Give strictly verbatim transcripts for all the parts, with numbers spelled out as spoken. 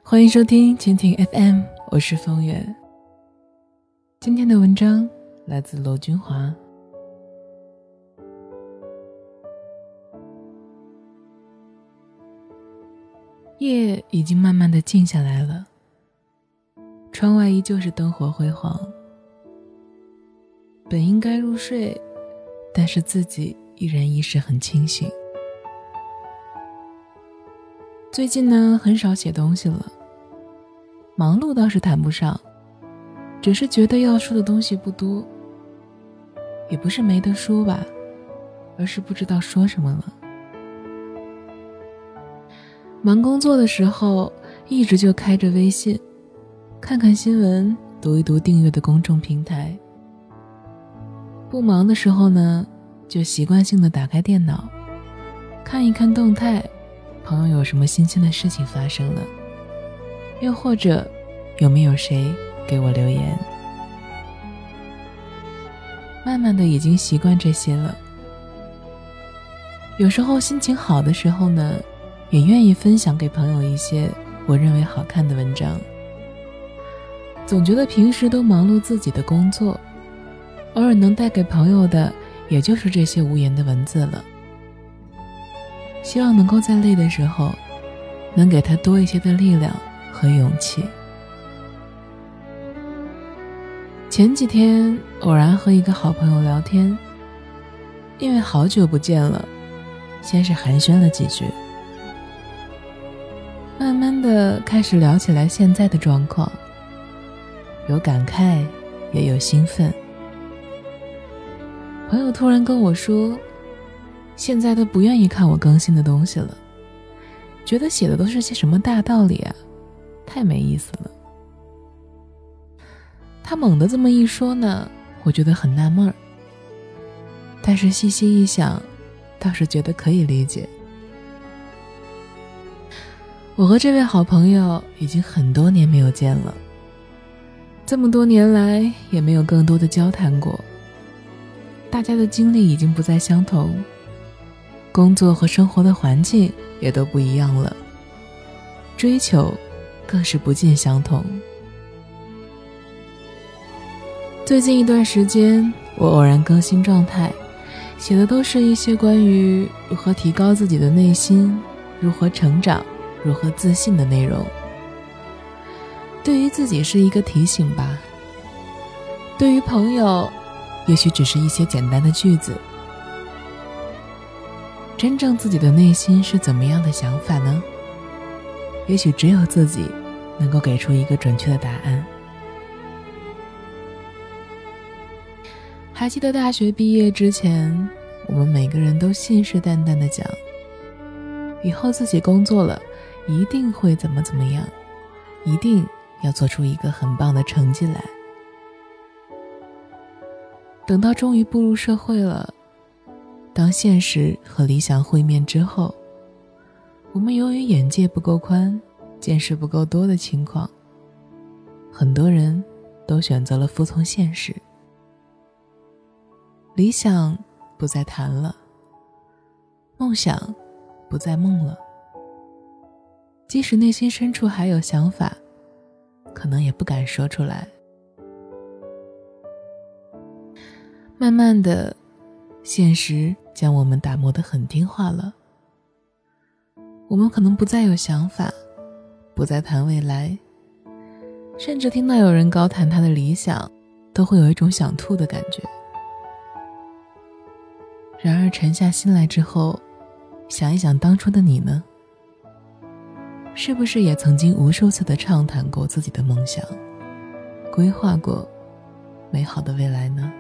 欢迎收听蜻蜓 F M， 我是风月。今天的文章来自娄君华。夜已经慢慢的静下来了，窗外依旧是灯火辉煌。本应该入睡，但是自己依然意识很清醒。最近呢，很少写东西了，忙碌倒是谈不上，只是觉得要说的东西不多，也不是没得说吧，而是不知道说什么了。忙工作的时候，一直就开着微信，看看新闻，读一读订阅的公众平台。不忙的时候呢，就习惯性的打开电脑，看一看动态，朋友有什么新鲜的事情发生了，又或者有没有谁给我留言。慢慢的已经习惯这些了。有时候心情好的时候呢，也愿意分享给朋友一些我认为好看的文章。总觉得平时都忙碌自己的工作，偶尔能带给朋友的也就是这些无言的文字了。希望能够在累的时候，能给他多一些的力量和勇气。前几天偶然和一个好朋友聊天，因为好久不见了，先是寒暄了几句，慢慢的开始聊起来现在的状况，有感慨也有兴奋。朋友突然跟我说，现在都不愿意看我更新的东西了，觉得写的都是些什么大道理啊，太没意思了。他猛地这么一说呢，我觉得很纳闷儿，但是细细一想，倒是觉得可以理解。我和这位好朋友已经很多年没有见了，这么多年来也没有更多的交谈过，大家的经历已经不再相同，工作和生活的环境也都不一样了，追求更是不尽相同。最近一段时间，我偶然更新状态，写的都是一些关于如何提高自己的内心，如何成长，如何自信的内容。对于自己是一个提醒吧，对于朋友也许只是一些简单的句子。真正自己的内心是怎么样的想法呢？也许只有自己能够给出一个准确的答案。还记得大学毕业之前，我们每个人都信誓旦旦地讲，以后自己工作了一定会怎么怎么样，一定要做出一个很棒的成绩来。等到终于步入社会了，当现实和理想会面之后，我们由于眼界不够宽，见识不够多的情况，很多人都选择了服从现实。理想不再谈了，梦想不再梦了，即使内心深处还有想法，可能也不敢说出来。慢慢的，现实将我们打磨得很听话了，我们可能不再有想法，不再谈未来，甚至听到有人高谈他的理想，都会有一种想吐的感觉。然而沉下心来之后，想一想当初的你呢？是不是也曾经无数次的畅谈过自己的梦想，规划过美好的未来呢？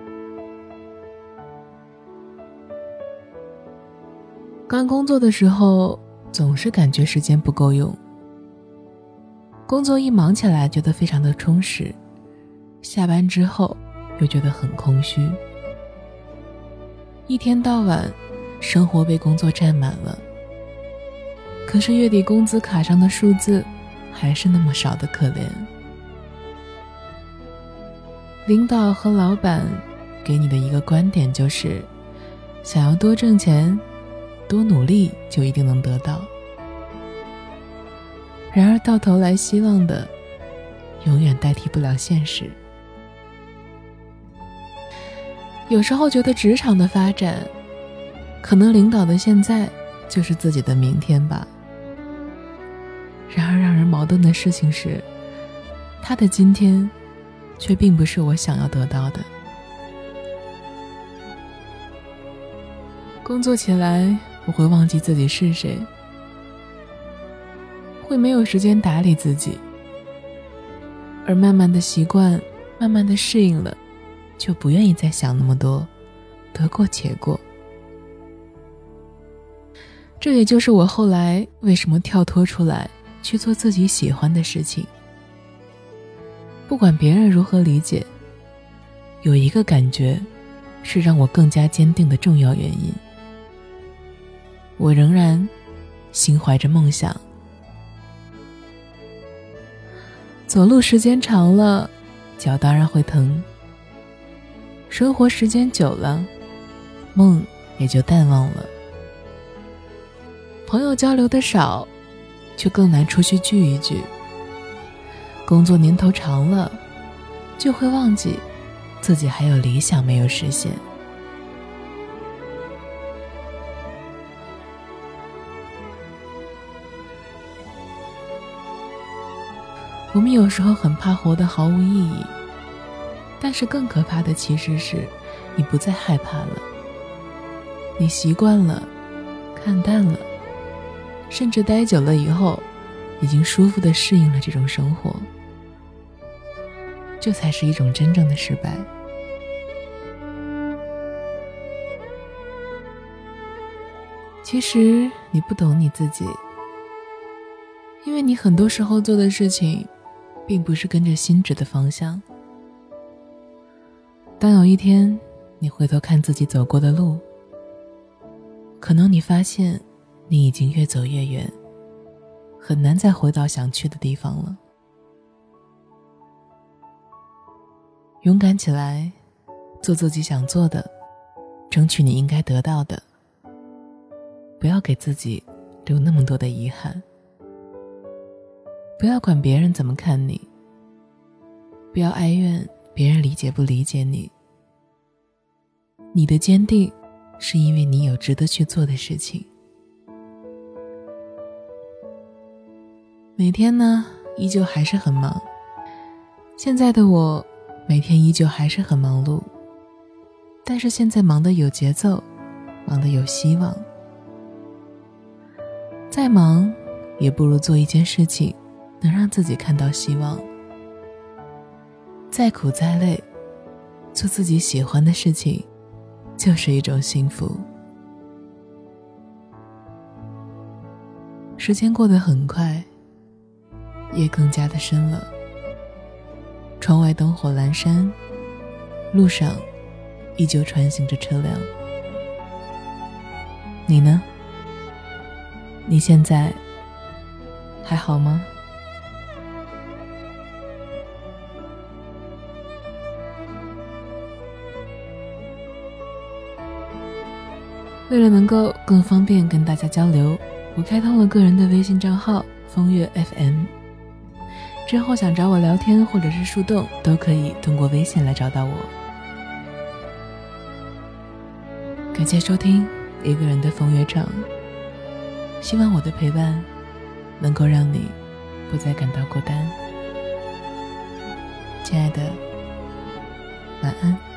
刚工作的时候，总是感觉时间不够用，工作一忙起来觉得非常的充实，下班之后又觉得很空虚。一天到晚，生活被工作占满了，可是月底工资卡上的数字还是那么少的可怜。领导和老板给你的一个观点就是，想要多挣钱，多努力就一定能得到。 然而到头来，希望的永远代替不了现实。有时候觉得职场的发展，可能领导的现在就是自己的明天吧。然而让人矛盾的事情是，他的今天却并不是我想要得到的。工作起来，我会忘记自己是谁，会没有时间打理自己，而慢慢的习惯，慢慢的适应了，就不愿意再想那么多，得过且过。这也就是我后来为什么跳脱出来去做自己喜欢的事情。不管别人如何理解，有一个感觉是让我更加坚定的重要原因。我仍然心怀着梦想。走路时间长了，脚当然会疼。生活时间久了，梦也就淡忘了。朋友交流的少，就更难出去聚一聚。工作年头长了，就会忘记自己还有理想没有实现。我们有时候很怕活得毫无意义，但是更可怕的其实是你不再害怕了，你习惯了，看淡了，甚至待久了以后已经舒服地适应了这种生活。这才是一种真正的失败。其实你不懂你自己，因为你很多时候做的事情并不是跟着心指的方向。当有一天你回头看自己走过的路，可能你发现你已经越走越远，很难再回到想去的地方了。勇敢起来，做自己想做的，争取你应该得到的，不要给自己留那么多的遗憾。不要管别人怎么看你，不要哀怨别人理解不理解你。你的坚定是因为你有值得去做的事情。每天呢，依旧还是很忙。现在的我每天依旧还是很忙碌，但是现在忙得有节奏，忙得有希望。再忙也不如做一件事情能让自己看到希望。再苦再累，做自己喜欢的事情就是一种幸福。时间过得很快，夜更加的深了。窗外灯火阑珊，路上依旧穿行着车辆。你呢？你现在还好吗？为了能够更方便跟大家交流，我开通了个人的微信账号风月 F M， 之后想找我聊天或者是树洞，都可以通过微信来找到我。感谢收听一个人的风月场，希望我的陪伴能够让你不再感到孤单。亲爱的，晚安。